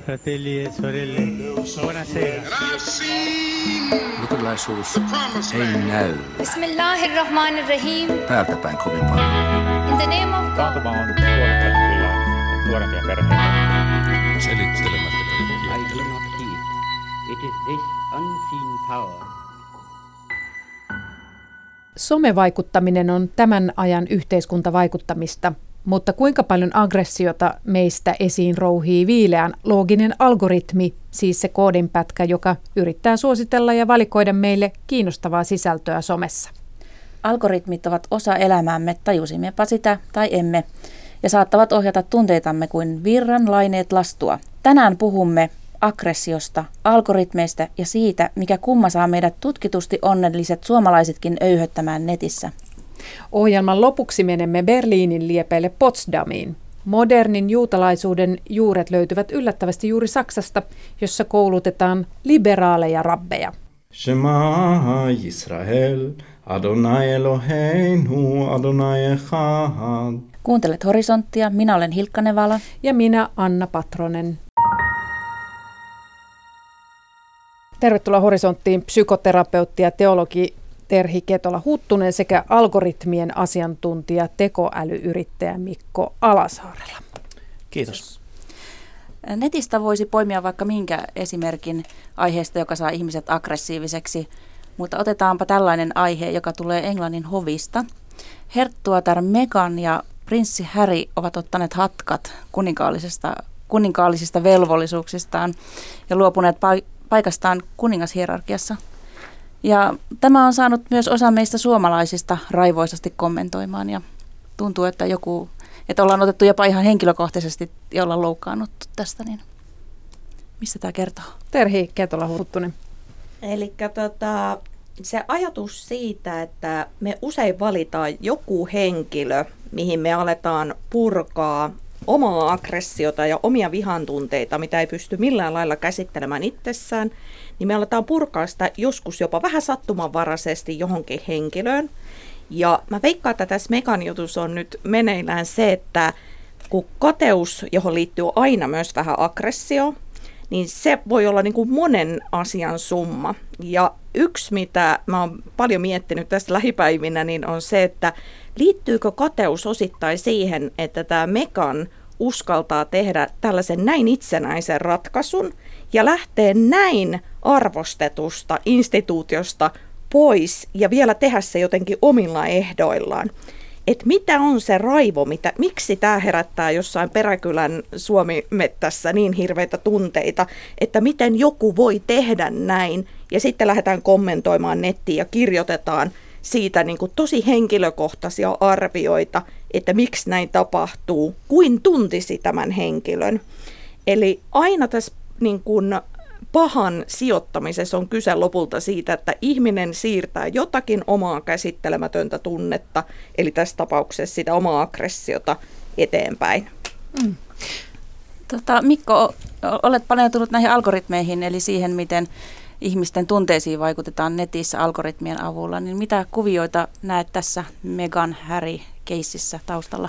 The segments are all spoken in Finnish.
Fratelli e sorelle, buonasera. Luterilaisuus ei näy Bismillahirrahmanirrahim. päältä päin kovin paljon. In the name of God. Taantuma on tuonut kyllä nuorempia perheitä. Selittelemättä I do not heed. It is this unseen power. Somevaikuttaminen on tämän ajan yhteiskuntavaikuttamista, mutta kuinka paljon aggressiota meistä esiin rouhii viileän looginen algoritmi, siis se koodinpätkä, joka yrittää suositella ja valikoida meille kiinnostavaa sisältöä somessa. Algoritmit ovat osa elämäämme, tajusimmepa sitä tai emme, ja saattavat ohjata tunteitamme kuin virran laineet lastua. Tänään puhumme aggressiosta, algoritmeista ja siitä, mikä kumma saa meidät tutkitusti onnelliset suomalaisetkin öyhöttämään netissä. Ohjelman lopuksi menemme Berliinin liepeille Potsdamiin. Modernin juutalaisuuden juuret löytyvät yllättävästi juuri Saksasta, jossa koulutetaan liberaaleja rabbeja. Shema Yisrael, Adonai Eloheinu, Adonai Echad. Kuuntelet Horisonttia, minä olen Hilkka Nevala. Ja minä Anna Patronen. Tervetuloa Horisonttiin psykoterapeutti ja teologi Terhi Ketola-Huttunen sekä algoritmien asiantuntija tekoälyyrittäjä Mikko Alasaarela. Kiitos. Netistä voisi poimia vaikka minkä esimerkin aiheesta, joka saa ihmiset aggressiiviseksi, mutta otetaanpa tällainen aihe, joka tulee Englannin hovista. Herttuatar Meghan ja prinssi Harry ovat ottaneet hatkat kuninkaallisista velvollisuuksistaan ja luopuneet paikastaan kuningashierarkiassa. Ja tämä on saanut myös osa meistä suomalaisista raivoisasti kommentoimaan ja tuntuu, että ollaan otettu jopa ihan henkilökohtaisesti ja ollaan loukkaannuttu tästä, niin mistä tämä kertoo? Terhi Ketola-Huttunen. Eli se ajatus siitä, että me usein valitaan joku henkilö, mihin me aletaan purkaa omaa aggressiota ja omia vihantunteita, mitä ei pysty millään lailla käsittelemään itsessään, niin me aletaan purkaa sitä joskus jopa vähän sattumanvaraisesti johonkin henkilöön. Ja mä veikkaan, että tässä Meghan jutussa on nyt meneillään se, että kun kateus, johon liittyy aina myös vähän aggressio, niin se voi olla niin kuin monen asian summa. Ja yksi, mitä mä oon paljon miettinyt tässä lähipäivinä, niin on se, että liittyykö kateus osittain siihen, että tämä Meghan uskaltaa tehdä tällaisen näin itsenäisen ratkaisun ja lähtee näin arvostetusta instituutiosta pois ja vielä tehdä se jotenkin omilla ehdoillaan. Että mitä on se raivo, miksi tämä herättää jossain Peräkylän Suomi-mettässä niin hirveitä tunteita, että miten joku voi tehdä näin ja sitten lähdetään kommentoimaan nettiin ja kirjoitetaan siitä niin kuin tosi henkilökohtaisia arvioita, että miksi näin tapahtuu, kuin tuntisi tämän henkilön. Eli aina tässä niin kuin pahan sijoittamisessa on kyse lopulta siitä, että ihminen siirtää jotakin omaa käsittelemätöntä tunnetta, eli tässä tapauksessa sitä omaa aggressiota eteenpäin. Mikko, olet paneutunut näihin algoritmeihin, eli siihen, miten ihmisten tunteisiin vaikutetaan netissä algoritmien avulla, niin mitä kuvioita näet tässä Meghan Harry-keississä taustalla?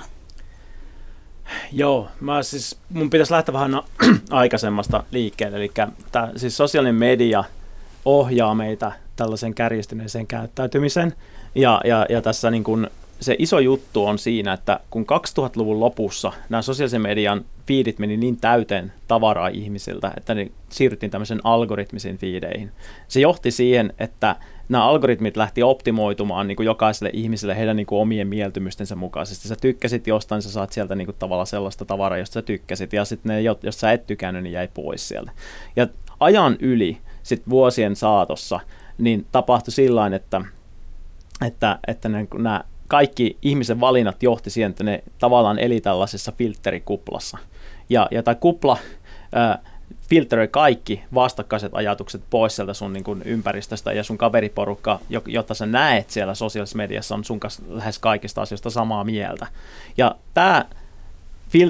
Joo, mun pitäisi lähteä vähän aikaisemmasta liikkeelle, eli siis sosiaalinen media ohjaa meitä tällaisen kärjistyneeseen käyttäytymiseen, ja tässä niin kun se iso juttu on siinä, että kun 2000-luvun lopussa nämä sosiaalisen median feedit meni niin täyteen tavaraa ihmisiltä, että ne siirryttiin tämmöisen algoritmisiin feedeihin. Se johti siihen, että nämä algoritmit lähti optimoitumaan niin kuin jokaiselle ihmiselle heidän niin kuin omien mieltymystensä mukaisesti. Sä tykkäsit jostain, sä saat sieltä niin kuin tavallaan sellaista tavaraa, josta sä tykkäsit, ja sitten ne, jos sä et tykännyt, niin jäi pois sieltä. Ja ajan yli, sitten vuosien saatossa, niin tapahtui sillain, että nämä kaikki ihmisen valinnat johti siihen, että ne tavallaan eli tällaisessa filterikuplassa. Ja tämä kupla filteröi kaikki vastakkaiset ajatukset pois sieltä sun niin kuin ympäristöstä, ja sun kaveriporukka, jota sä näet siellä sosiaalisessa mediassa, on sun kanssa lähes kaikista asioista samaa mieltä. Ja tämä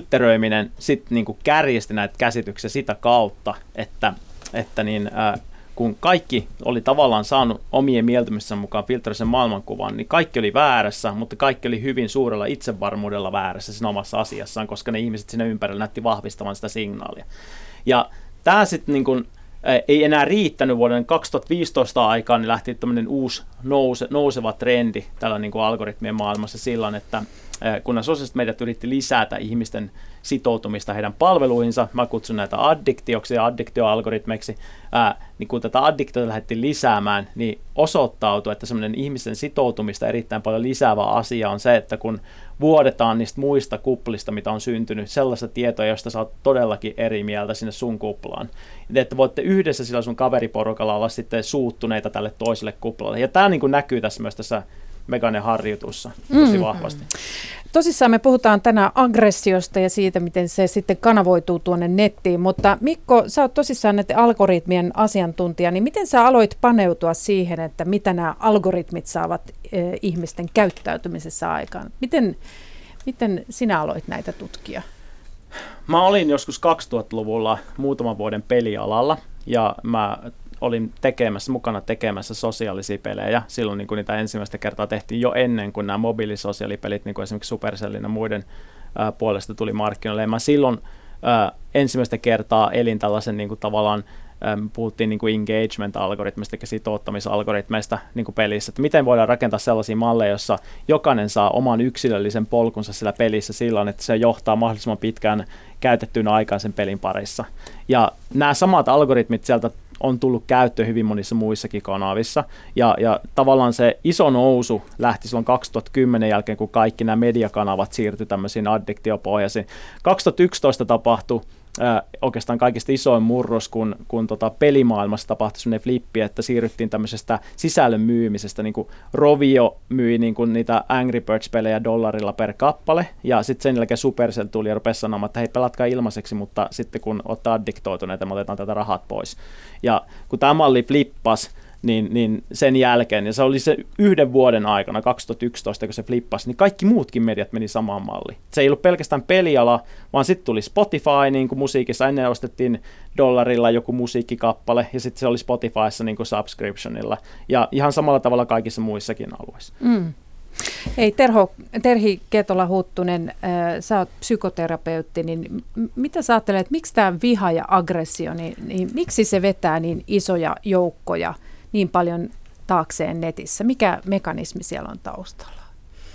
filteröiminen sitten niin kuin kärjisti näitä käsityksiä sitä kautta, että kun kaikki oli tavallaan saanut omien mieltymysten mukaan filtterisen maailmankuvan, niin kaikki oli väärässä, mutta kaikki oli hyvin suurella itsevarmuudella väärässä siinä omassa asiassaan, koska ne ihmiset siinä ympärillä näytti vahvistavan sitä signaalia. Ja tämä sitten niin kun ei enää riittänyt vuoden 2015 aikaan, niin lähti tämmöinen uusi nouseva trendi tällä niin kuin algoritmien maailmassa silloin, että kun nämä sosiaaliset mediat yritti lisätä ihmisten sitoutumista heidän palveluihinsa, mä kutsun näitä addiktioksi ja addiktioalgoritmeiksi, niin kun tätä addiktiota lähdettiin lisäämään, niin osoittautui, että semmoinen ihmisten sitoutumista erittäin paljon lisäävä asia on se, että kun vuodetaan niistä muista kuplista, mitä on syntynyt, sellaista tietoa, josta sä oot todellakin eri mieltä sinne sun kuplaan. Että voitte yhdessä sillä sun kaveriporukalla olla sitten suuttuneita tälle toiselle kuplalle. Ja tämä niin kuin näkyy tässä myös tässä Meganen harjutussa tosi vahvasti. Tosissaan me puhutaan tänään aggressiosta ja siitä, miten se sitten kanavoituu tuonne nettiin, mutta Mikko, sä oot tosissaan näiden algoritmien asiantuntija, niin miten sä aloit paneutua siihen, että mitä nämä algoritmit saavat ihmisten käyttäytymisessä aikaan? Miten sinä aloit näitä tutkia? Mä olin joskus 2000-luvulla muutaman vuoden pelialalla ja mä olin mukana tekemässä sosiaalisia pelejä. Silloin niin kuin niitä ensimmäistä kertaa tehtiin jo ennen kuin nämä mobiilisosiaalipelit, niin kuin esimerkiksi Supercellin ja muiden puolesta tuli markkinoille. Ja mä silloin ensimmäistä kertaa elin tällaisen niin kuin tavallaan, puhuttiin niin kuin engagement-algoritmista, eli sitouttamisalgoritmeista niin kuin pelissä, että miten voidaan rakentaa sellaisia malleja, joissa jokainen saa oman yksilöllisen polkunsa sillä pelissä silloin, että se johtaa mahdollisimman pitkään käytettyyn aikaan sen pelin parissa. Ja nämä samat algoritmit sieltä on tullut käyttöön hyvin monissa muissakin kanavissa, ja tavallaan se iso nousu lähti silloin 2010 jälkeen, kun kaikki nämä mediakanavat siirtyi tämmöisiin addiktiopohjaisiin. 2011 tapahtui oikeastaan kaikista isoin murros, kun pelimaailmassa tapahtui sellainen flippi, että siirryttiin tämmöisestä sisällön myymisestä, niin kuin Rovio myi niin kuin niitä Angry Birds-pelejä $1 per kappale, ja sitten sen jälkeen Supercell tuli ja rupesi sanomaan, että hei, pelatkaa ilmaiseksi, mutta sitten kun olette addiktoituneita, me otetaan tätä rahat pois. Ja kun tämä malli flippasi, niin sen jälkeen, ja se oli se 1 vuoden aikana, 2011, kun se flippasi, niin kaikki muutkin mediat meni samaan malliin. Se ei ollut pelkästään peliala, vaan sitten tuli Spotify, niin kuin musiikissa ennen ostettiin $1 joku musiikkikappale, ja sitten se oli Spotifyssa niin kuin subscriptionilla, ja ihan samalla tavalla kaikissa muissakin alueissa. Hei Terhi Ketola-Huttunen, sä oot psykoterapeutti, niin mitä sä ajattelet, että miksi tämä viha ja aggressio, niin miksi se vetää niin isoja joukkoja niin paljon taakseen netissä? Mikä mekanismi siellä on taustalla?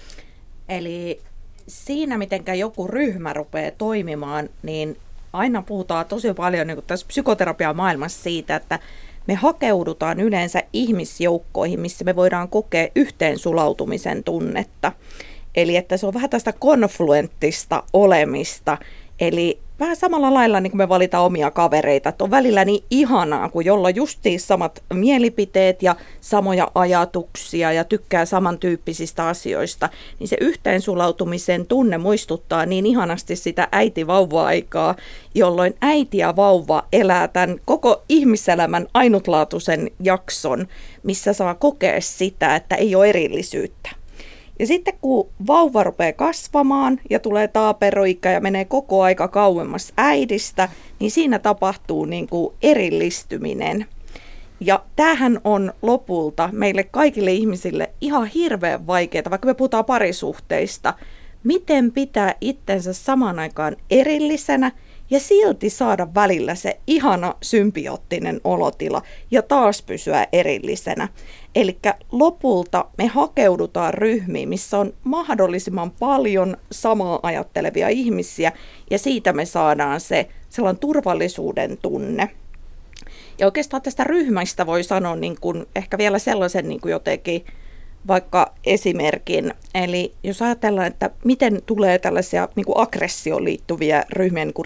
Eli siinä, mitenkä joku ryhmä rupeaa toimimaan, niin aina puhutaan tosi paljon niin kuin tässä psykoterapian maailmassa siitä, että me hakeudutaan yleensä ihmisjoukkoihin, missä me voidaan kokea yhteensulautumisen tunnetta. Eli että se on vähän tästä konfluenttista olemista. Eli vähän samalla lailla niin kuin me valitaan omia kavereita, että on välillä niin ihanaa, kun jolla on justiin samat mielipiteet ja samoja ajatuksia ja tykkää samantyyppisistä asioista, niin se yhteensulautumisen tunne muistuttaa niin ihanasti sitä äiti-vauva-aikaa, jolloin äiti ja vauva elää tämän koko ihmiselämän ainutlaatuisen jakson, missä saa kokea sitä, että ei ole erillisyyttä. Ja sitten kun vauva rupeaa kasvamaan ja tulee taaperoikä ja menee koko aika kauemmas äidistä, niin siinä tapahtuu niin kuin erillistyminen. Ja tämähän on lopulta meille kaikille ihmisille ihan hirveän vaikeaa, vaikka me puhutaan parisuhteista. Miten pitää itsensä samaan aikaan erillisenä ja silti saada välillä se ihana symbioottinen olotila ja taas pysyä erillisenä. Eli lopulta me hakeudutaan ryhmiin, missä on mahdollisimman paljon samaa ajattelevia ihmisiä ja siitä me saadaan se sellainen turvallisuuden tunne. Ja oikeastaan tästä ryhmästä voi sanoa niin kuin ehkä vielä sellaisen niin kuin jotenkin vaikka esimerkin. Eli jos ajatellaan, että miten tulee tällaisia niin kuin aggressioon liittyviä ryhmiä, niin kuin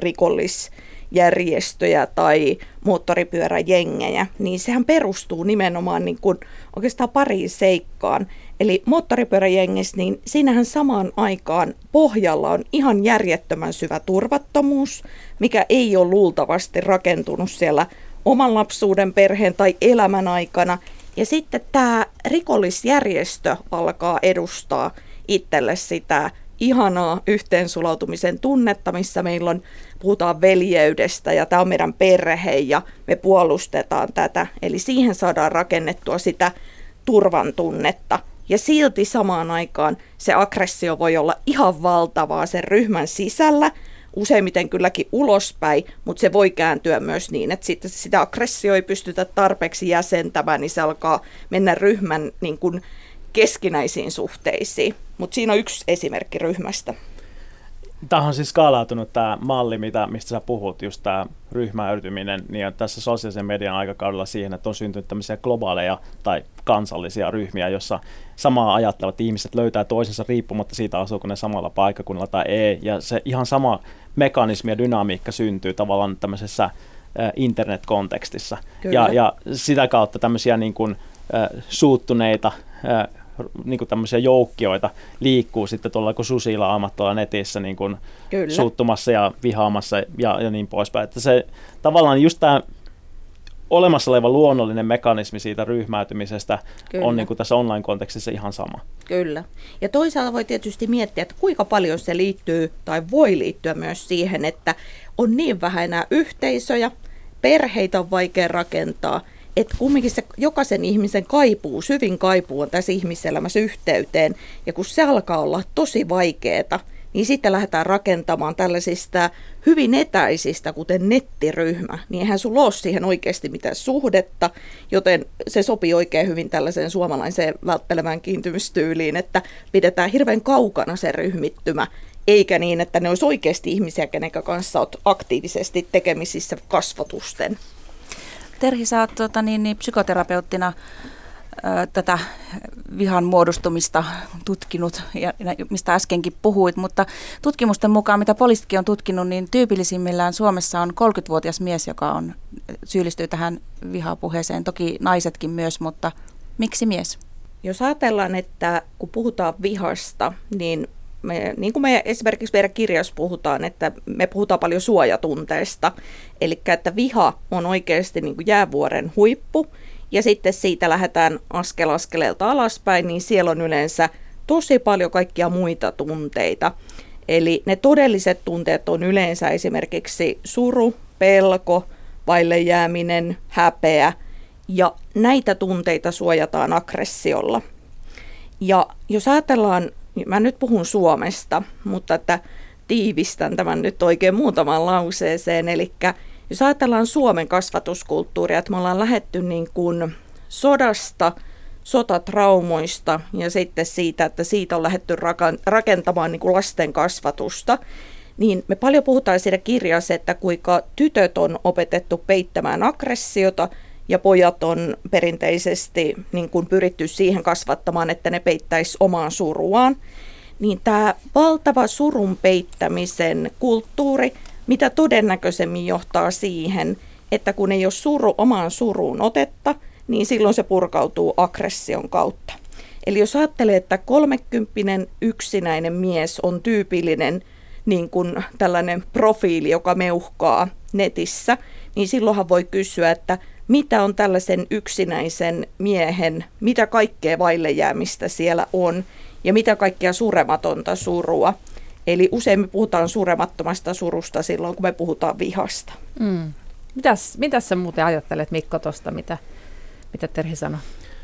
rikollisjärjestöjä tai moottoripyöräjengejä, niin sehän perustuu nimenomaan niin kuin oikeastaan pariin seikkaan. Eli moottoripyöräjengissä, niin siinähän samaan aikaan pohjalla on ihan järjettömän syvä turvattomuus, mikä ei ole luultavasti rakentunut siellä oman lapsuuden, perheen tai elämän aikana. Ja sitten tämä rikollisjärjestö alkaa edustaa itselle sitä ihanaa yhteensulautumisen tunnetta, missä meillä on puhutaan veljeydestä ja tämä on meidän perhe ja me puolustetaan tätä. Eli siihen saadaan rakennettua sitä turvan tunnetta. Ja silti samaan aikaan se aggressio voi olla ihan valtavaa sen ryhmän sisällä, useimmiten kylläkin ulospäin, mutta se voi kääntyä myös niin, että sitten sitä aggressio ei pystytä tarpeeksi jäsentämään, niin se alkaa mennä ryhmän niin kuin keskinäisiin suhteisiin. Mutta siinä on yksi esimerkki ryhmästä. Tämä on siis skaalautunut tämä malli, mistä sä puhut, just tämä ryhmäytyminen, niin tässä sosiaalisen median aikakaudella siihen, että on syntynyt tämmöisiä globaaleja tai kansallisia ryhmiä, jossa samaa ajattelevat ihmiset löytää toisensa riippumatta siitä, asuuko ne samalla paikkakunnalla tai ei, ja se ihan sama mekanismi ja dynamiikka syntyy tavallaan tämmöisessä internet-kontekstissa. Ja sitä kautta tämmöisiä niin kuin, suuttuneita niin kuin tämmöisiä joukkioita liikkuu sitten tuolla kuin susilaamat tuolla netissä niin kuin suuttumassa ja vihaamassa ja niin poispäin. Että se tavallaan just tämä olemassa oleva luonnollinen mekanismi siitä ryhmäytymisestä on niin kuin tässä online-kontekstissa ihan sama. Kyllä. Ja toisaalta voi tietysti miettiä, että kuinka paljon se liittyy tai voi liittyä myös siihen, että on niin vähän enää yhteisöjä, perheitä on vaikea rakentaa, että kumminkin se jokaisen ihmisen syvin kaipuu on tässä ihmiselämässä yhteyteen, ja kun se alkaa olla tosi vaikeaa, niin sitten lähdetään rakentamaan tällaisista hyvin etäisistä, kuten nettiryhmä, niin eihän sulla ole siihen oikeasti mitään suhdetta, joten se sopii oikein hyvin tällaiseen suomalaiseen välttelevään kiintymystyyliin, että pidetään hirveän kaukana se ryhmittymä, eikä niin, että ne olisi oikeasti ihmisiä, kenen kanssa olet aktiivisesti tekemisissä kasvatusten. Terhi, sä oot psykoterapeuttina tätä vihan muodostumista tutkinut, ja mistä äskenkin puhuit, mutta tutkimusten mukaan, mitä poliisikin on tutkinut, niin tyypillisimmillään Suomessa on 30-vuotias mies, joka syyllistyy tähän vihapuheeseen, toki naisetkin myös, mutta miksi mies? Jos ajatellaan, että kun puhutaan vihasta, niin niin kuin me esimerkiksi meidän kirjassa puhutaan, että me puhutaan paljon suojatunteesta, eli että viha on oikeasti niin kuin jäävuoren huippu, ja sitten siitä lähdetään askel askeleelta alaspäin, niin siellä on yleensä tosi paljon kaikkia muita tunteita. Eli ne todelliset tunteet on yleensä esimerkiksi suru, pelko, vaille jääminen, häpeä, ja näitä tunteita suojataan aggressiolla. Ja jos ajatellaan, mä nyt puhun Suomesta, mutta että tiivistän tämän nyt oikein muutamaan lauseeseen, eli jos ajatellaan Suomen kasvatuskulttuuria, että me ollaan lähdetty niin kuin sodasta, sotatraumoista ja sitten siitä, että siitä on lähdetty rakentamaan niin kuin lasten kasvatusta, niin me paljon puhutaan siinä kirjassa, että kuinka tytöt on opetettu peittämään aggressiota ja pojat on perinteisesti niin kuin pyritty siihen kasvattamaan, että ne peittäisi omaa suruaan. Niin tämä valtava surun peittämisen kulttuuri, mitä todennäköisemmin johtaa siihen, että kun ei ole omaan suruun otetta, niin silloin se purkautuu aggression kautta. Eli jos ajattelee, että 30 yksinäinen mies on tyypillinen niin kuin tällainen profiili, joka meuhkaa netissä, niin silloinhan voi kysyä, että mitä on tällaisen yksinäisen miehen, mitä kaikkea vaille jäämistä siellä on ja mitä kaikkea surematonta surua. Eli usein me puhutaan suremattomasta surusta silloin, kun me puhutaan vihasta. Mitäs sä muuten ajattelet, Mikko, tuosta, mitä Terhi sanoi?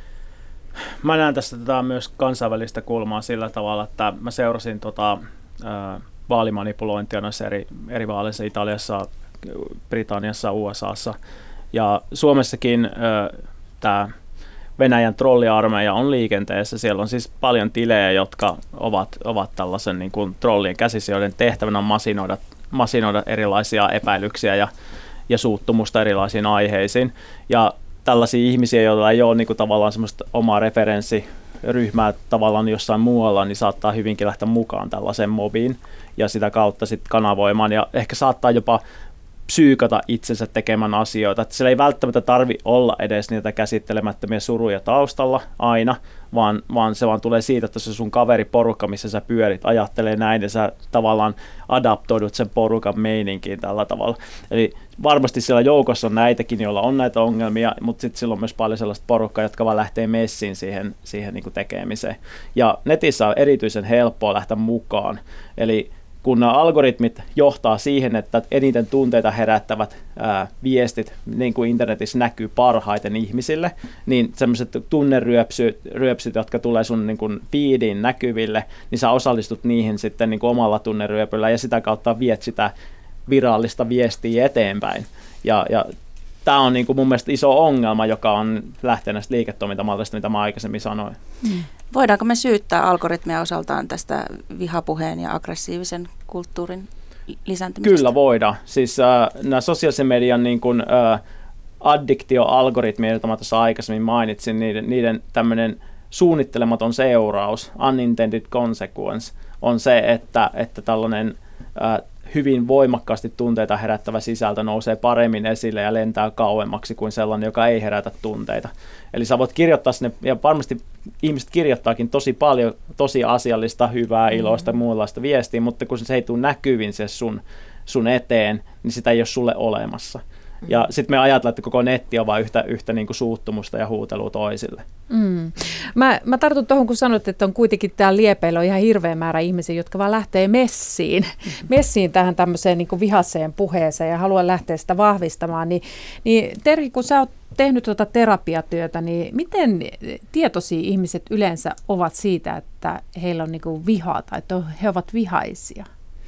Mä näen tässä myös kansainvälistä kulmaa sillä tavalla, että mä seurasin vaalimanipulointia noissa eri vaaleissa Italiassa, Britanniassa, USAssa. Ja Suomessakin tämä Venäjän trolliarmeija on liikenteessä. Siellä on siis paljon tilejä, jotka ovat tällaisen niin kuin trollien käsissä, joiden tehtävänä on masinoida erilaisia epäilyksiä ja suuttumusta erilaisiin aiheisiin. Ja tällaisia ihmisiä, joilla ei ole niin kuin tavallaan semmoista omaa referenssiryhmää tavallaan jossain muualla, niin saattaa hyvinkin lähteä mukaan tällaiseen mobiin ja sitä kautta sitten kanavoimaan ja ehkä saattaa jopa psyykata itsensä tekemään asioita. Että siellä ei välttämättä tarvitse olla edes niitä käsittelemättömiä suruja taustalla aina, vaan se vaan tulee siitä, että se sun kaveriporukka, missä sä pyörit, ajattelee näin ja sä tavallaan adaptoidut sen porukan meininkiin tällä tavalla. Eli varmasti siellä joukossa on näitäkin, joilla on näitä ongelmia, mutta sitten silloin on myös paljon sellaista porukkaa, jotka vaan lähtee messiin siihen niin kuin tekemiseen. Ja netissä on erityisen helppoa lähteä mukaan. Eli kun nämä algoritmit johtaa siihen, että eniten tunteita herättävät viestit, niin kuin internetissä näkyy parhaiten ihmisille, niin sellaiset tunneryöpsyt, jotka tulee sun niin kuin feediin näkyville, niin sä osallistut niihin sitten niin kuin omalla tunneryöpyllä ja sitä kautta viet sitä virallista viestiä eteenpäin. Ja tämä on niin kuin mun mielestä iso ongelma, joka on lähtenyt näistä liiketoimintamallista, mitä mä aikaisemmin sanoin. Voidaanko me syyttää algoritmia osaltaan tästä vihapuheen ja aggressiivisen kulttuurin lisääntymisestä? Kyllä voidaan. Siis nämä sosiaalisen median niin kuin, addiktioalgoritmia, joita mä tuossa aikaisemmin mainitsin, niiden tämmöinen suunnittelematon seuraus, unintended consequence, on se, että tällainen hyvin voimakkaasti tunteita herättävä sisältö nousee paremmin esille ja lentää kauemmaksi kuin sellainen, joka ei herätä tunteita. Eli sä voit kirjoittaa sinne, ja varmasti ihmiset kirjoittaakin tosi paljon tosi asiallista, hyvää, iloista ja muunlaista viestiä, mutta kun se ei tule näkyviin se sun eteen, niin sitä ei ole sulle olemassa. Ja sitten me ajatellaan, että koko netti on vain yhtä niin kuin suuttumusta ja huutelua toisille. Mä tartun tuohon, kun sanoit, että on kuitenkin täällä liepeillä on ihan hirveä määrä ihmisiä, jotka vaan lähtee messiin tähän tämmöiseen niin kuin vihaiseen puheeseen ja haluaa lähteä sitä vahvistamaan. Niin Terhi, kun sä oot tehnyt tuota terapiatyötä, niin miten tietoisia ihmiset yleensä ovat siitä, että heillä on niin kuin vihaa tai että he ovat vihaisia?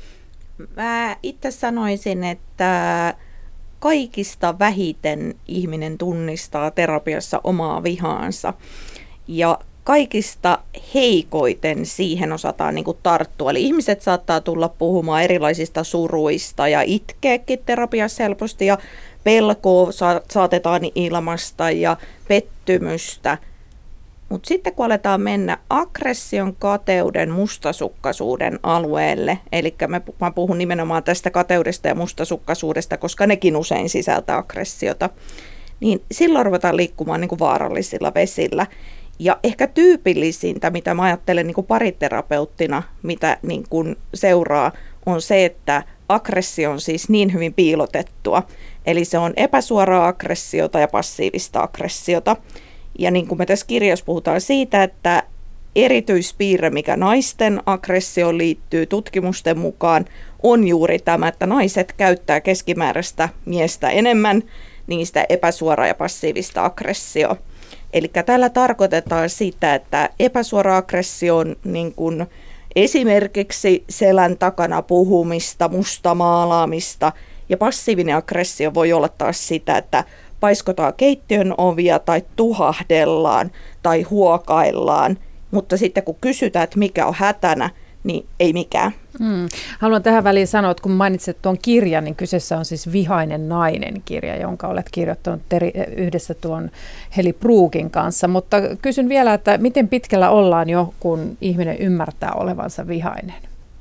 Mä itse sanoisin, että kaikista vähiten ihminen tunnistaa terapiassa omaa vihaansa ja kaikista heikoiten siihen osataan niin kuin tarttua. Eli ihmiset saattaa tulla puhumaan erilaisista suruista ja itkeäkin terapiassa helposti ja pelkoa saatetaan ilmaista ja pettymystä. Mutta sitten kun aletaan mennä aggression, kateuden, mustasukkaisuuden alueelle, eli mä puhun nimenomaan tästä kateudesta ja mustasukkaisuudesta, koska nekin usein sisältää aggressiota, niin silloin ruvetaan liikkumaan niin kuin vaarallisilla vesillä. Ja ehkä tyypillisintä, mitä mä ajattelen niin kuin pariterapeuttina, mitä niin kuin seuraa, on se, että aggressio on siis niin hyvin piilotettua. Eli se on epäsuoraa aggressiota ja passiivista aggressiota. Ja niin kuin me tässä kirjassa puhutaan siitä, että erityispiirre, mikä naisten aggressioon liittyy tutkimusten mukaan, on juuri tämä, että naiset käyttää keskimääräistä miestä enemmän niistä epäsuoraa ja passiivista aggressioa. Eli tällä tarkoitetaan sitä, että epäsuora aggressio on niin kuin esimerkiksi selän takana puhumista, mustamaalaamista, ja passiivinen aggressio voi olla taas sitä, että paiskotaan keittiön ovia tai tuhahdellaan tai huokaillaan, mutta sitten kun kysytään, että mikä on hätänä, niin ei mikään. Haluan tähän väliin sanoa, että kun mainitsit tuon kirjan, niin kyseessä on siis Vihainen nainen -kirja, jonka olet kirjoittanut yhdessä tuon Heli Brookin kanssa. Mutta kysyn vielä, että miten pitkällä ollaan jo, kun ihminen ymmärtää olevansa vihainen?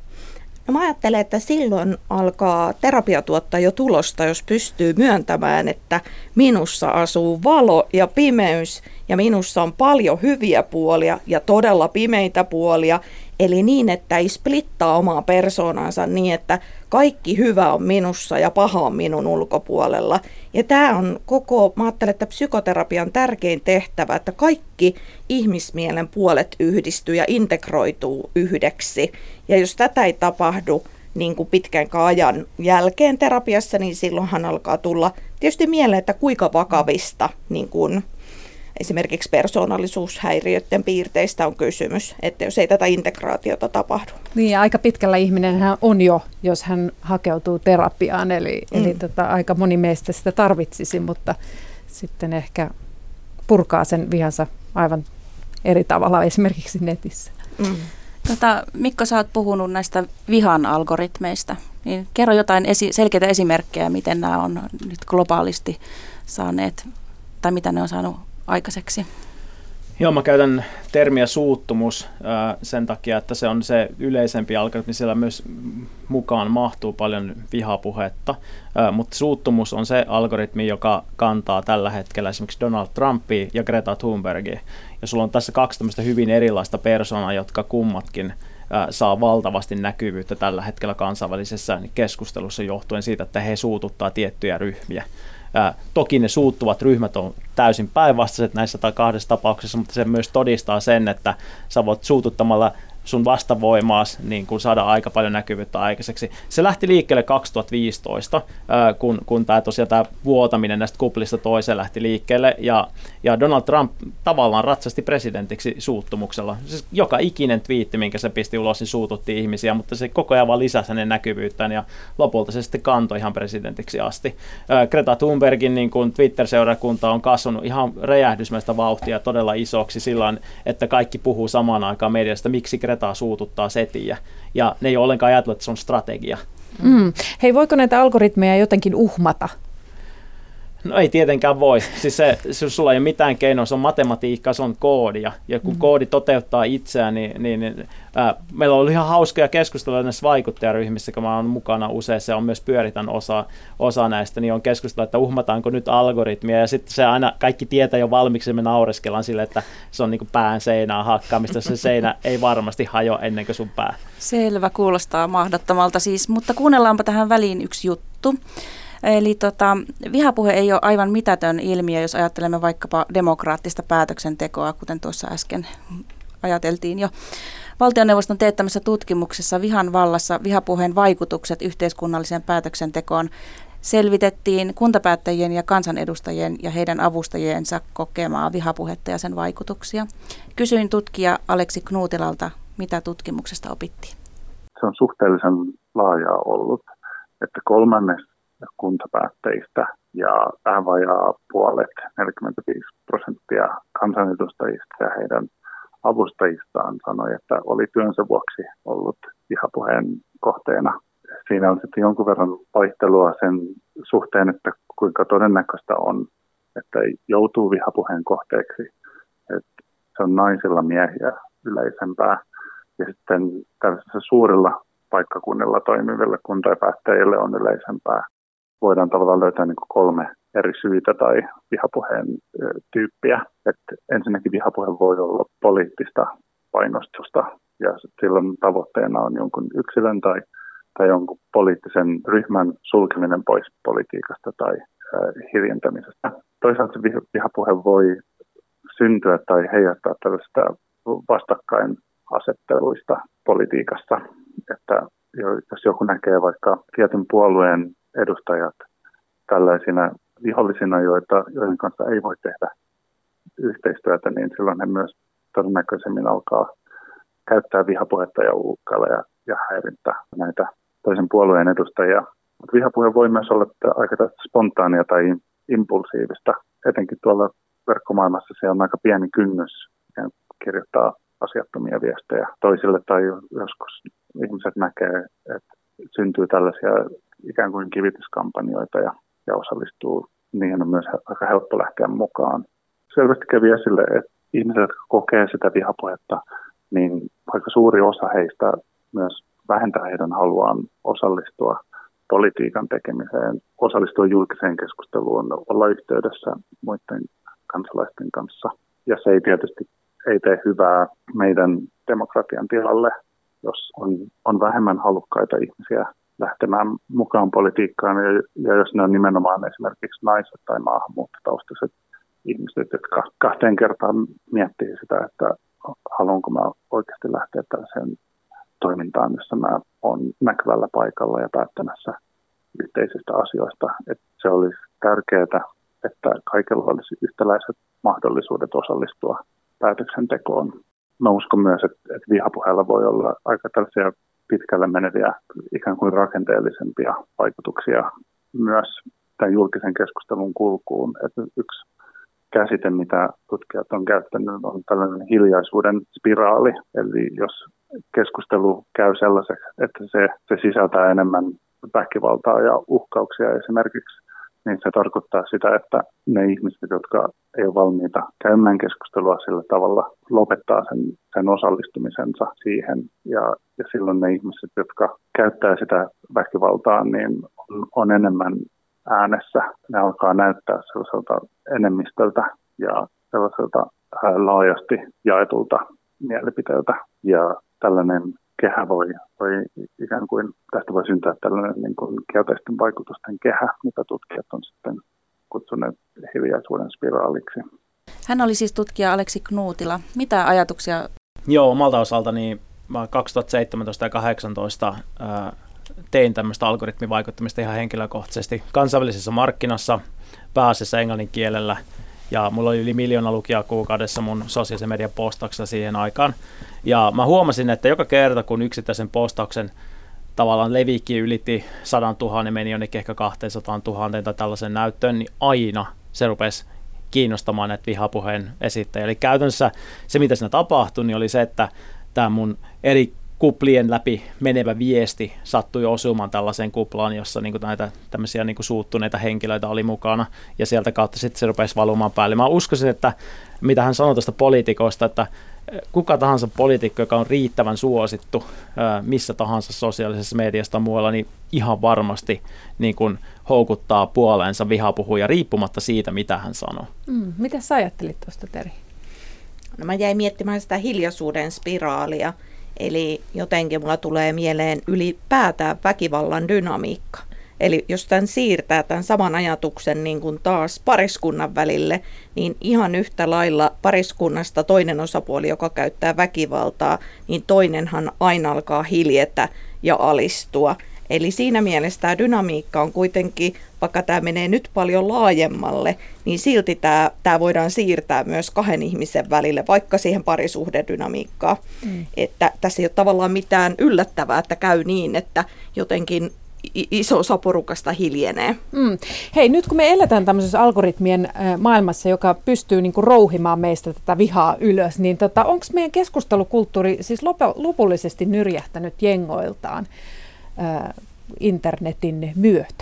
No mä ajattelen, että silloin alkaa terapia tuottaa jo tulosta, jos pystyy myöntämään, että minussa asuu valo ja pimeys ja minussa on paljon hyviä puolia ja todella pimeitä puolia. Eli niin, että ei splittaa omaa persoonansa niin, että kaikki hyvä on minussa ja paha on minun ulkopuolella. Ja tämä on mä ajattelen, että psykoterapian tärkein tehtävä, että kaikki ihmismielen puolet yhdistyy ja integroituu yhdeksi. Ja jos tätä ei tapahdu niin kuin pitkän ajan jälkeen terapiassa, niin silloinhan alkaa tulla tietysti mieleen, että kuinka vakavista niin kuin esimerkiksi persoonallisuushäiriöiden piirteistä on kysymys, että jos ei tätä integraatiota tapahdu. Niin, aika pitkällä ihminenhän on jo, jos hän hakeutuu terapiaan, eli aika moni meistä sitä tarvitsisi, mutta sitten ehkä purkaa sen vihansa aivan eri tavalla esimerkiksi netissä. Mikko, sä oot puhunut näistä vihan algoritmeista, niin kerro jotain selkeitä esimerkkejä, miten nämä on nyt globaalisti saaneet, tai mitä ne on saanut aikaiseksi? Joo, mä käytän termiä suuttumus sen takia, että se on se yleisempi algoritmi. Siellä myös mukaan mahtuu paljon vihapuhetta, mutta suuttumus on se algoritmi, joka kantaa tällä hetkellä esimerkiksi Donald Trumpia ja Greta Thunbergia. Ja sulla on tässä kaksi tämmöistä hyvin erilaista persoonaa, jotka kummatkin saa valtavasti näkyvyyttä tällä hetkellä kansainvälisessä keskustelussa johtuen siitä, että he suututtaa tiettyjä ryhmiä. Toki ne suuttuvat ryhmät on täysin päinvastaiset näissä kahdessa tapauksessa, mutta se myös todistaa sen, että sä voit suututtamalla sun vastavoimaas niin kun saada aika paljon näkyvyyttä aikaiseksi. Se lähti liikkeelle 2015, kun tämä vuotaminen näistä kuplista toiseen lähti liikkeelle, ja Donald Trump tavallaan ratsasti presidentiksi suuttumuksella. Siis joka ikinen twiitti, minkä se pisti ulos, niin suututti ihmisiä, mutta se koko ajan vaan lisäsi hänen näkyvyyttään, ja lopulta se sitten kantoi ihan presidentiksi asti. Greta Thunbergin niin kun Twitter-seurakunta on kasvanut ihan räjähdysmäistä vauhtia todella isoksi silloin, että kaikki puhuu samaan aikaan mediasta, miksi Gretaa suututtaa setiä. Ja ne ei ole ollenkaan ajatellut, että se on strategia. Hei, voiko näitä algoritmeja jotenkin uhmata? No ei tietenkään voi. Siis sulla ei ole mitään keinoa, se on matematiikkaa, se on koodia. Ja kun koodi toteuttaa itseään, niin meillä on ollut ihan hauskoja keskusteluja näissä vaikuttajaryhmissä, kun mä oon mukana useissa ja on myös pyöritän osa näistä, niin on keskustelua, että uhmataanko nyt algoritmia. Ja sitten se aina kaikki tietää jo valmiiksi, me naureskellaan sille, että se on niin kuin pään seinää hakkaamista. Se seinä ei varmasti hajoa ennen kuin sun pää. Selvä, kuulostaa mahdottomalta siis, mutta kuunnellaanpa tähän väliin yksi juttu. Eli vihapuhe ei ole aivan mitätön ilmiö, jos ajattelemme vaikkapa demokraattista päätöksentekoa, kuten tuossa äsken ajateltiin jo. Valtioneuvoston teettämässä tutkimuksessa Vihan vallassa vihapuheen vaikutukset yhteiskunnalliseen päätöksentekoon selvitettiin kuntapäättäjien ja kansanedustajien ja heidän avustajiensa kokemaa vihapuhetta ja sen vaikutuksia. Kysyin tutkija Aleksi Knuutilalta, mitä tutkimuksesta opittiin. Se on suhteellisen laajaa ollut, että 1/3 kuntapäättäjistä ja vähän vajaa puolet, 45% kansanedustajista ja heidän avustajistaan sanoi, että oli työnsä vuoksi ollut vihapuheen kohteena. Siinä on sitten jonkun verran vaihtelua sen suhteen, että kuinka todennäköistä on, että joutuu vihapuheen kohteeksi. Että se on naisilla miehiä yleisempää. Ja sitten tällaisessa suurilla paikkakunnilla toimiville kuntapäättäjille on yleisempää. Voidaan tavallaan löytää niin kuin 3 eri syytä tai vihapuheen tyyppiä. Että ensinnäkin vihapuhe voi olla poliittista painostusta ja silloin tavoitteena on jonkun yksilön tai jonkun poliittisen ryhmän sulkeminen pois politiikasta tai hiljentämisestä. Toisaalta se vihapuhe voi syntyä tai heijastaa tällaista vastakkainasetteluista politiikassa, että jos joku näkee vaikka tietyn puolueen edustajat tällaisina vihollisina, joiden kanssa ei voi tehdä yhteistyötä, niin silloin he myös todennäköisemmin alkaa käyttää vihapuhetta ja uhkailla ja häirintää näitä toisen puolueen edustajia. Mutta vihapuhe voi myös olla aika spontaania tai impulsiivista. Etenkin tuolla verkkomaailmassa se on aika pieni kynnys kirjoittaa asiattomia viestejä toisille, tai joskus ihmiset näkee, että syntyy tällaisia ikään kuin kivityskampanjoita ja osallistuu. Niihin on myös aika helppo lähteä mukaan. Selvästi kävi esille, että ihmiset, jotka kokee sitä vihapuhetta, niin aika suuri osa heistä myös vähentää heidän haluaan osallistua politiikan tekemiseen, osallistua julkiseen keskusteluun, olla yhteydessä muiden kansalaisten kanssa. Ja se ei tietysti tee hyvää meidän demokratian tilalle, jos on vähemmän halukkaita ihmisiä lähtemään mukaan politiikkaan, ja jos ne on nimenomaan esimerkiksi naiset tai maahanmuuttotaustaiset ihmiset, jotka 2 kertaa miettii sitä, että haluanko mä oikeasti lähteä tällaiseen toimintaan, jossa mä oon näkyvällä paikalla ja päättämässä yhteisistä asioista. Että se olisi tärkeää, että kaikilla olisi yhtäläiset mahdollisuudet osallistua päätöksentekoon. Mä uskon myös, että vihapuheella voi olla aika tällaisia pitkälle meneviä, ikään kuin rakenteellisempia vaikutuksia myös tämän julkisen keskustelun kulkuun. Että yksi käsite, mitä tutkijat on käyttänyt, on tällainen hiljaisuuden spiraali. Eli jos keskustelu käy sellaiseksi, että se sisältää enemmän väkivaltaa ja uhkauksia esimerkiksi, niin se tarkoittaa sitä, että ne ihmiset, jotka ei ole valmiita käymään keskustelua sillä tavalla, lopettaa sen osallistumisensa siihen. Ja silloin ne ihmiset, jotka käyttää sitä väkivaltaa, niin on enemmän äänessä. Ne alkaa näyttää sellaiselta enemmistöltä ja sellaiselta laajasti jaetulta mielipiteeltä. Ja tällainen kehä voi ikään kuin, tästä voi syntyä tällainen niin kuin kielteisten vaikutusten kehä, mitä tutkijat on sitten kutsuneet hiljaisuuden spiraaliksi. Hän oli siis tutkija Aleksi Knuutila. Mitä ajatuksia? Joo, omalta osaltani mä 2017 ja 2018 tein tämmöistä algoritmivaikuttamista ihan henkilökohtaisesti kansainvälisessä markkinassa, pääasiassa englannin kielellä. Ja mulla oli yli 1 miljoona lukijaa kuukaudessa mun sosiaalisen median postauksessa siihen aikaan. Ja mä huomasin, että joka kerta kun yksittäisen postauksen tavallaan leviikki ylitti 100 000 ja meni jonnekin ehkä 200 000 tai tällaisen näyttöön, niin aina se rupesi kiinnostamaan näitä vihapuheen esittäjiä. Eli käytännössä se, mitä siinä tapahtui, niin oli se, että tämä mun eri kuplien läpi menevä viesti sattui osumaan tällaiseen kuplaan, jossa niin kuin näitä tämmöisiä niin kuin suuttuneita henkilöitä oli mukana, ja sieltä kautta sitten se rupesi valumaan päälle. Mä uskoisin, että mitä hän sanoi tuosta poliitikosta, että kuka tahansa poliitikko, joka on riittävän suosittu missä tahansa sosiaalisessa mediassa muualla, niin ihan varmasti niin kuin houkuttaa puoleensa vihapuhuja riippumatta siitä, mitä hän sanoo. Mitä sä ajattelit tuosta, Teri? No, mä jäin miettimään sitä hiljaisuuden spiraalia. Eli jotenkin mulla tulee mieleen ylipäätään väkivallan dynamiikka. Eli jos tämän siirtää tämän saman ajatuksen niin kuin taas pariskunnan välille, niin ihan yhtä lailla pariskunnasta toinen osapuoli, joka käyttää väkivaltaa, niin toinenhan aina alkaa hiljetä ja alistua. Eli siinä mielessä tämä dynamiikka on kuitenkin, vaikka tämä menee nyt paljon laajemmalle, niin silti tämä voidaan siirtää myös kahden ihmisen välille, vaikka siihen parisuhdedynamiikkaan. Että tässä ei ole tavallaan mitään yllättävää, että käy niin, että jotenkin iso osa porukasta hiljenee. Hei, nyt kun me eletään tämmöisessä algoritmien maailmassa, joka pystyy niinku rouhimaan meistä tätä vihaa ylös, niin onko meidän keskustelukulttuuri siis lopullisesti nyrjähtänyt jengoiltaan internetin myötä?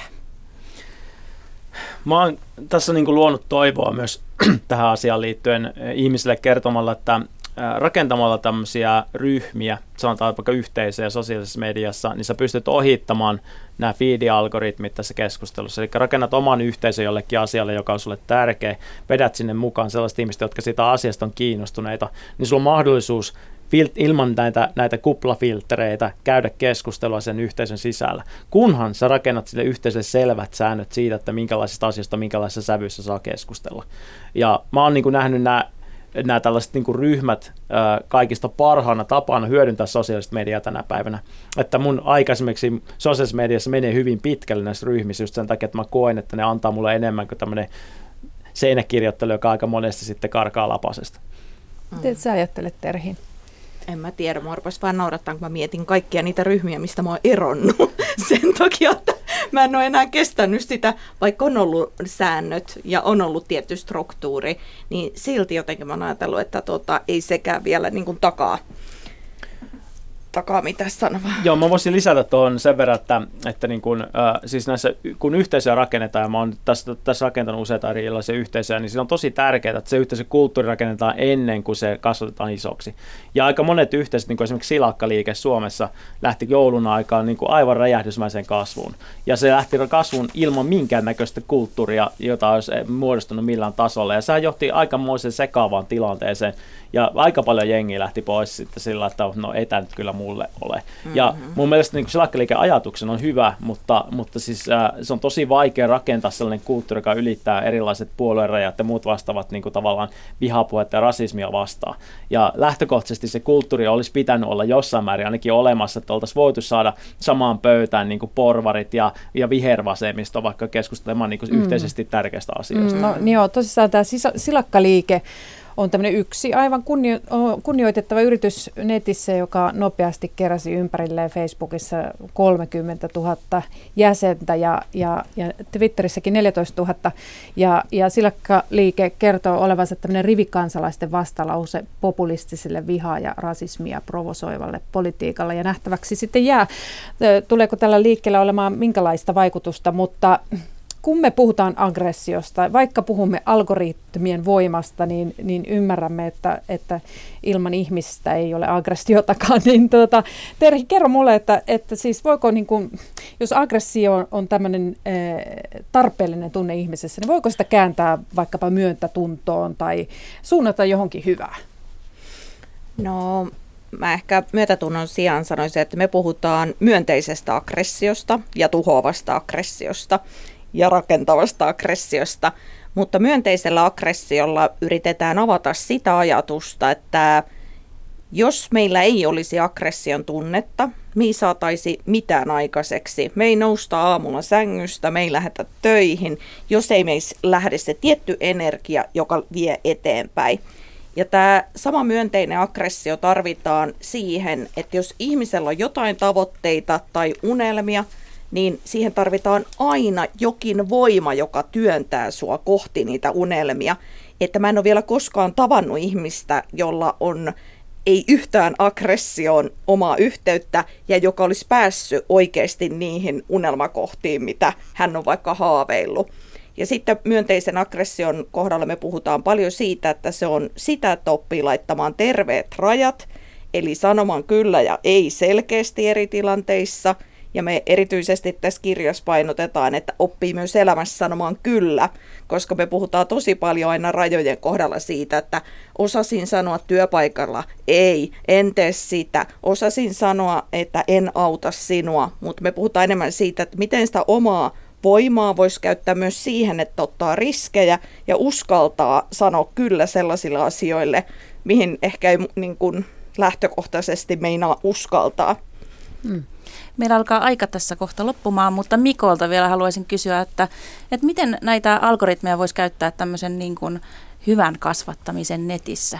Mä oon tässä niin kuin luonut toivoa myös tähän asiaan liittyen ihmisille kertomalla, että rakentamalla tämmöisiä ryhmiä, sanotaan vaikka yhteisöjä sosiaalisessa mediassa, niin sä pystyt ohittamaan nämä feed-algoritmit tässä keskustelussa. Eli rakennat oman yhteisön jollekin asialle, joka on sulle tärkeä, vedät sinne mukaan sellaiset ihmiset, jotka siitä asiasta on kiinnostuneita, niin sulla on mahdollisuus ilman näitä kuplafiltreitä käydä keskustelua sen yhteisön sisällä, kunhan sä rakennat sille yhteisölle selvät säännöt siitä, että minkälaisista asioista, minkälaisissa sävyissä saa keskustella. Ja mä oon niin kuin nähnyt nämä tällaiset niin kuin ryhmät kaikista parhaana tapana hyödyntää sosiaalista mediaa tänä päivänä. Että mun aikaisemmiksi sosiaalisessa mediassa menee hyvin pitkälle näissä ryhmissä just sen takia, että mä koen, että ne antaa mulle enemmän kuin tämmöinen seinäkirjoittelu, joka aika monesti sitten karkaa lapasesta. Miten sä ajattelet, Terhi? En mä tiedä, mä rupesin vaan naurattaa, kun mä mietin kaikkia niitä ryhmiä, mistä mä oon eronnut sen takia, että mä en ole enää kestänyt sitä, vaikka on ollut säännöt ja on ollut tietty struktuuri, niin silti jotenkin mä oon ajatellut, että ei sekään vielä niin kuin takaa mitä sanoa. Joo, mä voisin lisätä tuohon sen verran, että niin kun, siis näissä, kun yhteisöjä rakennetaan, ja mä oon tässä rakentanut useita erilaisia yhteisöjä, niin siinä on tosi tärkeää, että se yhteisökulttuuri rakennetaan ennen kuin se kasvatetaan isoksi. Ja aika monet yhteisöt, niin kuin esimerkiksi Silakkaliike Suomessa, lähti joulun aikaan niin kuin aivan räjähdysmäiseen kasvuun. Ja se lähti kasvuun ilman minkäännäköistä kulttuuria, jota olisi muodostunut millään tasolla. Ja se johti aikamoiseen sekaavaan tilanteeseen. Ja aika paljon jengiä lähti pois sitten sillä, että no ei tämä nyt kyllä mulle ole. Ja mun mielestä niin Silakkaliikkeen ajatuksen on hyvä, mutta siis se on tosi vaikea rakentaa sellainen kulttuuri, joka ylittää erilaiset puoluerajat ja muut vastaavat niin kuin tavallaan vihapuhetta ja rasismia vastaan. Ja lähtökohtaisesti se kulttuuri olisi pitänyt olla jossain määrin ainakin olemassa, että oltaisiin voitu saada samaan pöytään niin kuin porvarit ja vihervasemmisto vaikka keskustelemaan niin kuin yhteisesti tärkeistä asioista. No niin joo, tosissaan tämä Silakkaliike on tämmöinen yksi aivan kunnioitettava yritys netissä, joka nopeasti keräsi ympärilleen Facebookissa 30 000 jäsentä ja Twitterissäkin 14 000. Ja Silakkaliike kertoo olevansa tämmöinen rivikansalaisten vastalause populistiselle vihaa ja rasismia provosoivalle politiikalle. Ja nähtäväksi sitten jää, tuleeko tällä liikkeellä olemaan minkälaista vaikutusta, mutta kun me puhutaan aggressiosta, vaikka puhumme algoritmien voimasta, niin ymmärrämme, että ilman ihmistä ei ole aggressiotakaan. Niin Terhi, kerro mulle, että siis voiko, niin kun, jos aggressio on tämmöinen tarpeellinen tunne ihmisessä, niin voiko sitä kääntää vaikkapa myöntätuntoon tai suunnata johonkin hyvään? No, mä ehkä myötätunnon sijaan sanoisin, että me puhutaan myönteisestä aggressiosta ja tuhoavasta aggressiosta ja rakentavasta aggressiosta, mutta myönteisellä aggressiolla yritetään avata sitä ajatusta, että Jos meillä ei olisi aggression tunnetta, me ei saataisi mitään aikaiseksi. Me ei nousta aamulla sängystä, me ei lähdetä töihin, jos ei meissä lähde se tietty energia, joka vie eteenpäin. Ja tämä sama myönteinen aggressio tarvitaan siihen, että jos ihmisellä on jotain tavoitteita tai unelmia, niin siihen tarvitaan aina jokin voima, joka työntää sua kohti niitä unelmia. Että mä en ole vielä koskaan tavannut ihmistä, jolla on ei yhtään aggressioon omaa yhteyttä ja joka olisi päässyt oikeasti niihin unelmakohtiin, mitä hän on vaikka haaveillut. Ja sitten myönteisen aggression kohdalla me puhutaan paljon siitä, että se on sitä, että oppii laittamaan terveet rajat, eli sanomaan kyllä ja ei selkeästi eri tilanteissa. Ja me erityisesti tässä kirjassa painotetaan, että oppii myös elämässä sanomaan kyllä, koska me puhutaan tosi paljon aina rajojen kohdalla siitä, että osasin sanoa työpaikalla ei, en tee sitä, osasin sanoa, että en auta sinua, mutta me puhutaan enemmän siitä, että miten sitä omaa voimaa voisi käyttää myös siihen, että ottaa riskejä ja uskaltaa sanoa kyllä sellaisille asioille, mihin ehkä ei niin kuin lähtökohtaisesti meinaa uskaltaa. Meillä alkaa aika tässä kohta loppumaan, mutta Mikolta vielä haluaisin kysyä, että miten näitä algoritmeja voisi käyttää tämmöisen niin kuin hyvän kasvattamisen netissä?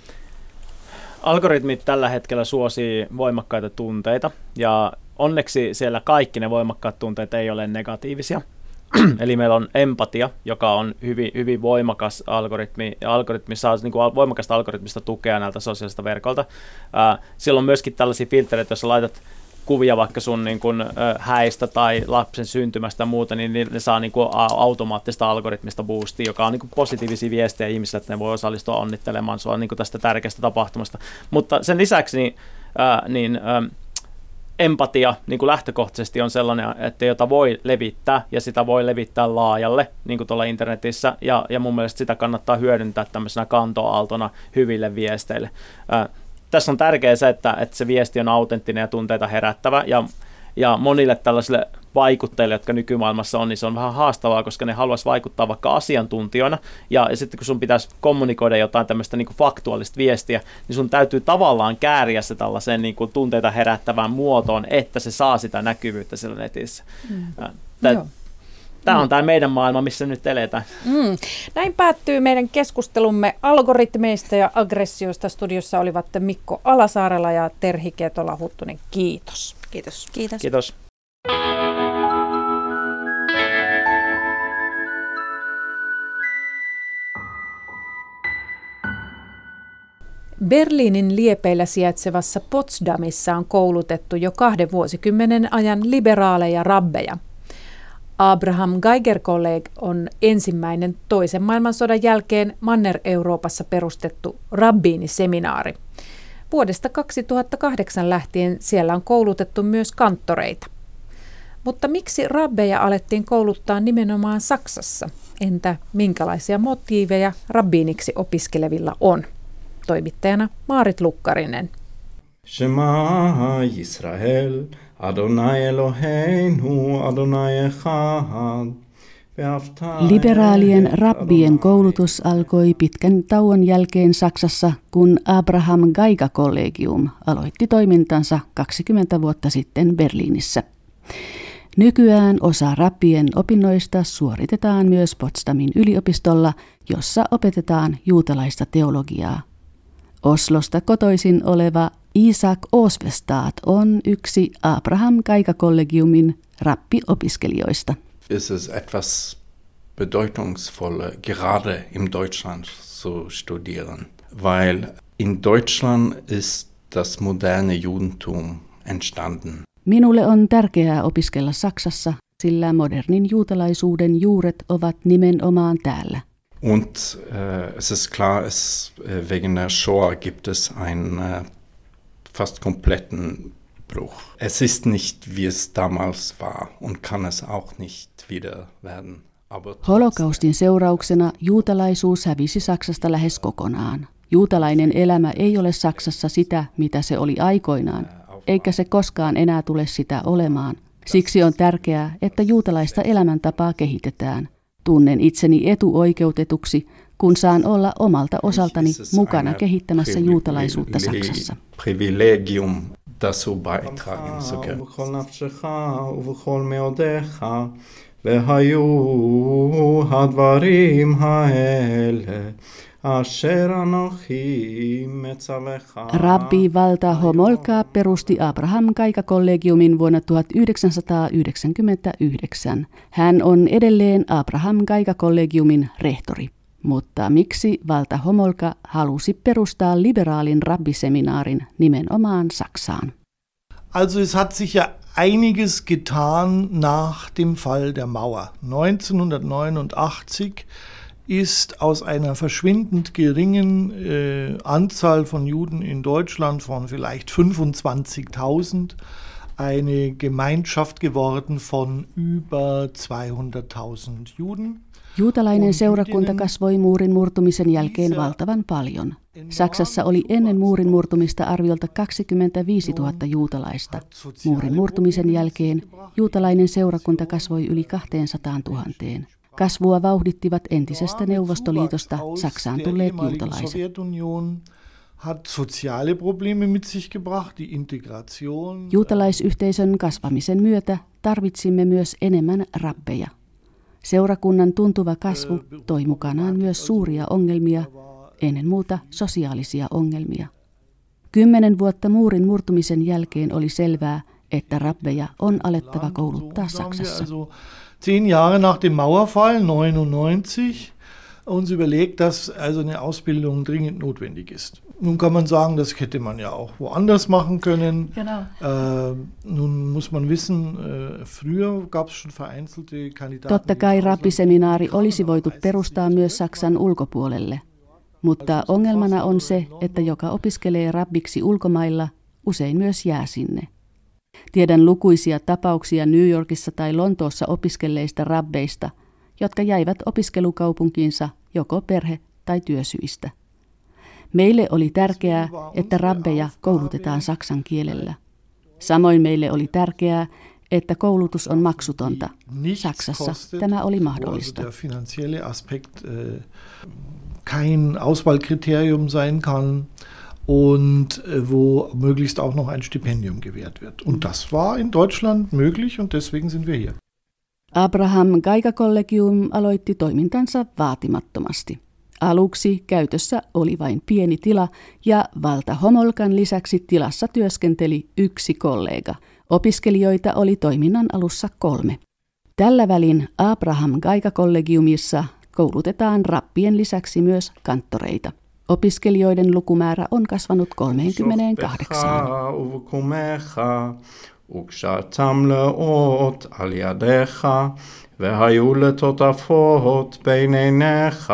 Algoritmit tällä hetkellä suosii voimakkaita tunteita ja onneksi siellä kaikki ne voimakkaat tunteet ei ole negatiivisia. Eli meillä on empatia, joka on hyvin, hyvin voimakas algoritmi. Algoritmi saa niin kuin voimakasta algoritmista tukea näiltä sosiaalisilta verkoilta. Siellä on myöskin tällaisia filtreitä, jos laitat kuvia vaikka sun niin kuin häistä tai lapsen syntymästä ja muuta, niin ne saa niin kuin automaattista algoritmista boostia, joka on niin kuin positiivisia viestejä ihmisille, että ne voi osallistua onnittelemaan sua niin kuin tästä tärkeästä tapahtumasta. Mutta sen lisäksi empatia niin kuin lähtökohtaisesti on sellainen, että jota voi levittää ja sitä voi levittää laajalle niin kuin tuolla internetissä ja mun mielestä sitä kannattaa hyödyntää tämmöisenä kantoaaltona hyville viesteille. Tässä on tärkeää se, että se viesti on autenttinen ja tunteita herättävä ja monille tällaisille vaikuttajille, jotka nykymaailmassa on, niin se on vähän haastavaa, koska ne haluaisi vaikuttaa vaikka asiantuntijoina ja sitten kun sun pitäisi kommunikoida jotain tämmöistä niin kuin faktuaalista viestiä, niin sun täytyy tavallaan kääriä se tällaiseen niin kuin tunteita herättävään muotoon, että se saa sitä näkyvyyttä siellä netissä. Tämä on tämä meidän maailma, missä nyt eletään. Näin päättyy meidän keskustelumme algoritmeista ja aggressioista. Studiossa olivat Mikko Alasaarela ja Terhi Ketola-Huttunen. Kiitos. Kiitos. Kiitos. Kiitos. Berliinin liepeillä sijaitsevassa Potsdamissa on koulutettu jo 2 vuosikymmenen ajan liberaaleja rabbeja. Abraham Geiger College on ensimmäinen toisen maailmansodan jälkeen Manner-Euroopassa perustettu rabbiiniseminaari. Vuodesta 2008 lähtien siellä on koulutettu myös kanttoreita. Mutta miksi rabbeja alettiin kouluttaa nimenomaan Saksassa? Entä minkälaisia motiiveja rabbiiniksi opiskelevilla on? Toimittajana Maarit Lukkarinen. Shema Yisrael, Adonai Eloheinu, Adonai Echad. Liberaalien rabbien koulutus alkoi pitkän tauon jälkeen Saksassa, kun Abraham Geiger Collegium aloitti toimintansa 20 vuotta sitten Berliinissä. Nykyään osa rabbien opinnoista suoritetaan myös Potsdamin yliopistolla, jossa opetetaan juutalaista teologiaa. Oslosta kotoisin oleva Isaac Osvestad on yksi Abraham Geiger Collegiumin rappiopiskelijoista. Es ist etwas bedeutungsvoller, gerade in Deutschland zu studieren, weil in Deutschland ist das moderne Judentum entstanden. Minulle on tärkeää opiskella Saksassa, sillä modernin juutalaisuuden juuret ovat nimenomaan täällä. Und es ist klar, wegen der Shoah gibt es einen fast kompletten Bruch. Es ist nicht, wie es damals war und kann es auch nicht wieder werden. Holokaustin seurauksena juutalaisuus hävisi Saksasta lähes kokonaan. Juutalainen elämä ei ole Saksassa sitä, mitä se oli aikoinaan, eikä se koskaan enää tule sitä olemaan. Siksi on tärkeää, että juutalaista elämäntapaa kehitetään. Tunnen itseni etuoikeutetuksi, kun saan olla omalta osaltani mukana kehittämässä juutalaisuutta Saksassa. Privilegium dazu beitragen zu können. והיו הדברים האלה אשר אנוכי מצווך. Rabbi Valta Homolka perusti Abraham Geiga-kollegiumin vuonna 1999. Hän on edelleen Abraham Geiga-kollegiumin rehtori. Mutta miksi Valta Homolka halusi perustaa liberaalin rabbiseminaarin nimenomaan Saksaan? Also es hat sich ja einiges getan nach dem Fall der Mauer. 1989 ist aus einer verschwindend geringen Anzahl von Juden in Deutschland von vielleicht 25.000 eine Gemeinschaft geworden von über 200.000 Juden. Juutalainen seurakunta kasvoi muurin murtumisen jälkeen valtavan paljon. Saksassa oli ennen muurin murtumista arviolta 25 000 juutalaista. Muurin murtumisen jälkeen juutalainen seurakunta kasvoi yli 200 000. Kasvua vauhdittivat entisestä Neuvostoliitosta Saksaan tulleet juutalaiset. Juutalaisyhteisön kasvamisen myötä tarvitsimme myös enemmän rabbeja. Seurakunnan tuntuva kasvu toi mukanaan myös suuria ongelmia, ennen muuta sosiaalisia ongelmia. 10 vuotta muurin murtumisen jälkeen oli selvää, että rabbeja on alettava kouluttaa Saksassa. 10 Jahre nach dem Mauerfall 99 uns überlegt, dass also eine Ausbildung dringend notwendig ist. Nun kann man sagen, das hätte man ja auch woanders machen können. Genau. Nun muss man wissen, früher gab es schon vereinzelte Kandidaten. Totta kai rabbiseminaari olisi voitu perustaa myös Saksan ulkopuolelle, mutta ongelmana on se, että joka opiskelee rabbiksi ulkomailla, usein myös jää sinne. Tiedän lukuisia tapauksia New Yorkissa tai Lontoossa opiskelleista rabbeista, jotka jäivät opiskelukaupunkiinsa joko perhe- tai työsyistä. Meille oli tärkeää, että rabbeja koulutetaan saksan kielellä. Samoin meille oli tärkeää, että koulutus on maksutonta. Saksassa tämä oli mahdollista. Kein Auswahlkriterium sein kann und wo möglichst auch noch ein Stipendium gewährt wird. Und das war in Deutschland möglich und deswegen sind wir hier. Abraham Geiga-kollegium aloitti toimintansa vaatimattomasti. Aluksi käytössä oli vain pieni tila ja Valta Homolkan lisäksi tilassa työskenteli 1 kollega. Opiskelijoita oli toiminnan alussa 3. Tällä välin Abraham Geiga-kollegiumissa koulutetaan rabbien lisäksi myös kanttoreita. Opiskelijoiden lukumäärä on kasvanut 38. וקשרתם לאות על ידיך, והיו לטוטפות בין עיניך,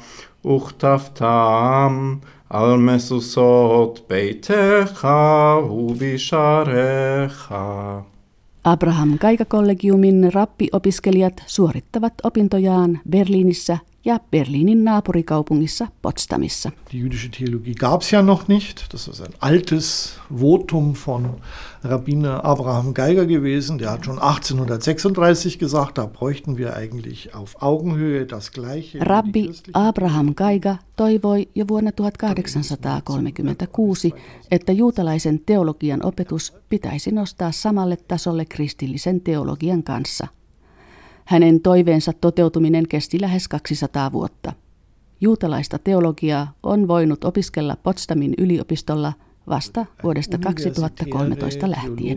וכתבתם על משושות ביתך ובשעריך. Abraham Geiga-kollegiumin rappiopiskelijat suorittavat opintojaan Berliinissä ja Berliinin naapurikaupungissa Potsdamissa. Die jüdische Theologie gab es ja noch nicht. Das ist ein altes Votum von Rabbiner Abraham Geiger gewesen. Der hat schon 1836 gesagt, da bräuchten wir eigentlich auf Augenhöhe das Gleiche. Rabbi Abraham Geiga toivoi jo vuonna 1836, että juutalaisen teologian opetus pitäisi nostaa samalle tasolle kristillisen teologian kanssa. Hänen toiveensa toteutuminen kesti lähes 200 vuotta. Juutalaista teologiaa on voinut opiskella Potsdamin yliopistolla vasta vuodesta 2013 lähtien.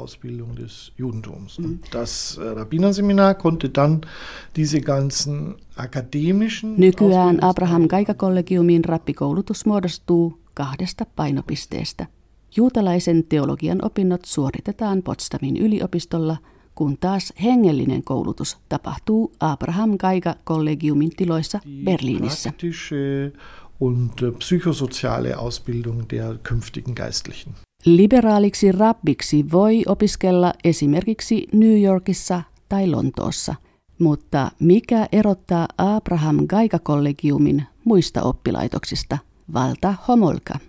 Nykyään Abraham Geiga-kollegiumin rabbikoulutus muodostuu 2 painopisteestä. Juutalaisen teologian opinnot suoritetaan Potsdamin yliopistolla, kun taas hengellinen koulutus tapahtuu Abraham Geiga-kollegiumin tiloissa Berliinissä. Und psychosoziale Ausbildung der künftigen Geistlichen. Liberaaliksi rabbiksi voi opiskella esimerkiksi New Yorkissa tai Lontoossa, mutta mikä erottaa Abraham Geiga-kollegiumin muista oppilaitoksista? Valta Homolka.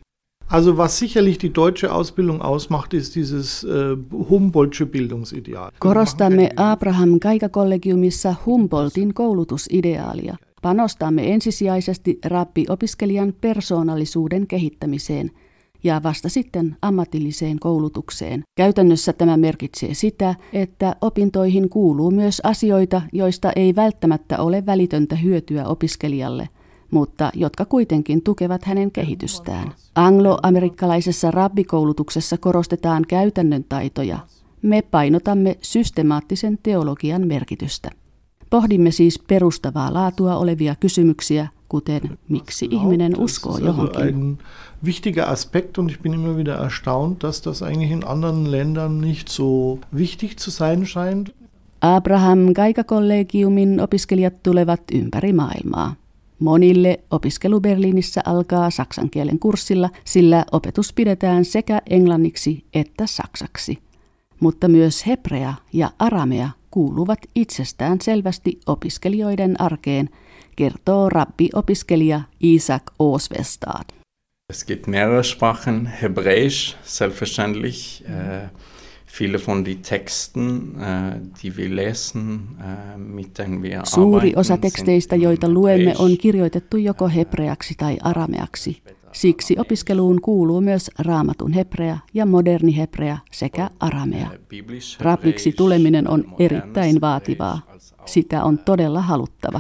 Also was sicherlich die deutsche Ausbildung ausmacht, ist dieses Humboldtsche Bildungsideal. Korostamme Abraham Geiga-kollegiumissa Humboldtin koulutusideaalia. Panostamme ensisijaisesti rabbi-opiskelijan persoonallisuuden kehittämiseen ja vasta sitten ammatilliseen koulutukseen. Käytännössä tämä merkitsee sitä, että opintoihin kuuluu myös asioita, joista ei välttämättä ole välitöntä hyötyä opiskelijalle, mutta jotka kuitenkin tukevat hänen kehitystään. Anglo-amerikkalaisessa rabbikoulutuksessa korostetaan käytännön taitoja. Me painotamme systemaattisen teologian merkitystä. Pohdimme siis perustavaa laatua olevia kysymyksiä, kuten miksi ihminen uskoo johonkin. Ein wichtiger Aspekt und ich bin immer wieder erstaunt, dass das eigentlich in anderen Ländern nicht so wichtig zu sein scheint. Abraham Geiga-kollegiumin opiskelijat tulevat ympäri maailmaa. Monille opiskelu Berliinissä alkaa saksan kielen kurssilla, sillä opetus pidetään sekä englanniksi että saksaksi. Mutta myös hebrea ja aramea kuuluvat itsestään selvästi opiskelijoiden arkeen, kertoo rabbi-opiskelija Isaac Oswestad. Es gibt mehrere Sprachen, Hebräisch selbstverständlich. Viele von den Texten, die wir lesen, mit denen wir arbeiten. Suuri osa teksteistä, joita luemme, on kirjoitettu joko hebreaksi tai arameaksi. Siksi opiskeluun kuuluu myös raamatun hebrea ja moderni hebrea sekä aramea. Rabbiksi tuleminen on erittäin vaativaa. Sitä on todella haluttava.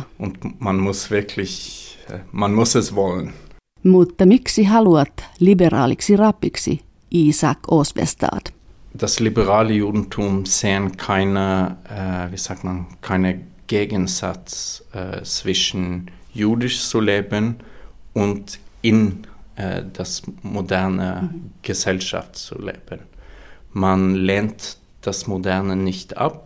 Man muss es wollen. Mutta miksi haluat liberaaliksi rabbiksi, Isaac Oswestad? Das liberale Judentum sehen keine Gegensatz zwischen jüdisch zu leben und in das moderne Gesellschaft zu leben. Man lehnt das Moderne nicht ab.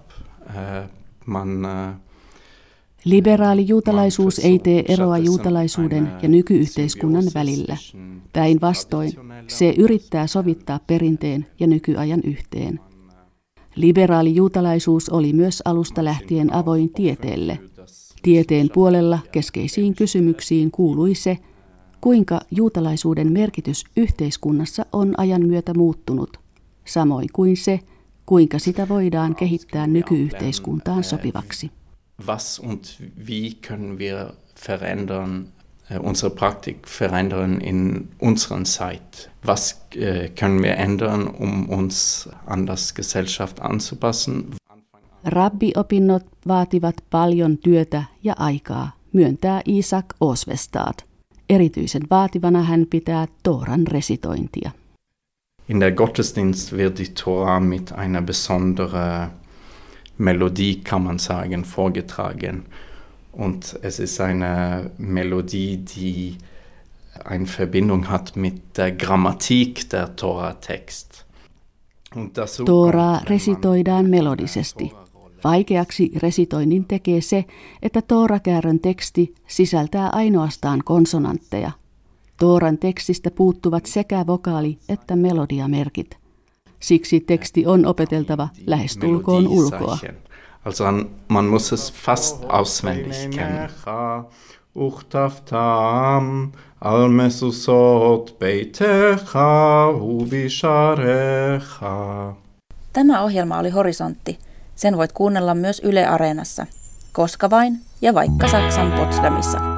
Liberaali juutalaisuus ei tee eroa juutalaisuuden ja nykyyhteiskunnan välillä. Päinvastoin, se yrittää sovittaa perinteen ja nykyajan yhteen. Liberaali juutalaisuus oli myös alusta lähtien avoin tieteelle. Tieteen puolella keskeisiin kysymyksiin kuului se, kuinka juutalaisuuden merkitys yhteiskunnassa on ajan myötä muuttunut, samoin kuin se, kuinka sitä voidaan kehittää nykyyhteiskuntaan sopivaksi. Was und wie können wir verändern, unsere Praktik verändern in unserer Zeit? Was können wir ändern, uns an das Gesellschaft anzupassen? Rabbi-opinnot vaativat paljon työtä ja aikaa, myöntää Isaac Oswestad. Erityisen vaativana hän pitää Tooran resitointia. In der Gottesdienst wird die Tora mit einer besonderen Melodie, kann man sagen, vorgetragen. Und es ist eine Melodie, die eine Verbindung hat mit der Grammatik der Tora-Text. Tooraa resitoidaan melodisesti. Vaikeaksi resitoinnin tekee se, että Toorakäärön teksti sisältää ainoastaan konsonantteja. Tooran tekstistä puuttuvat sekä vokaali- että melodiamerkit. Siksi teksti on opeteltava lähestulkoon ulkoa. Also man muss es fast auswendig kennen. Uchtaftam almesusot beitecha uvisharecha. Tämä ohjelma oli Horisontti. Sen voit kuunnella myös Yle Areenassa. Koska vain ja vaikka Saksan Potsdamissa.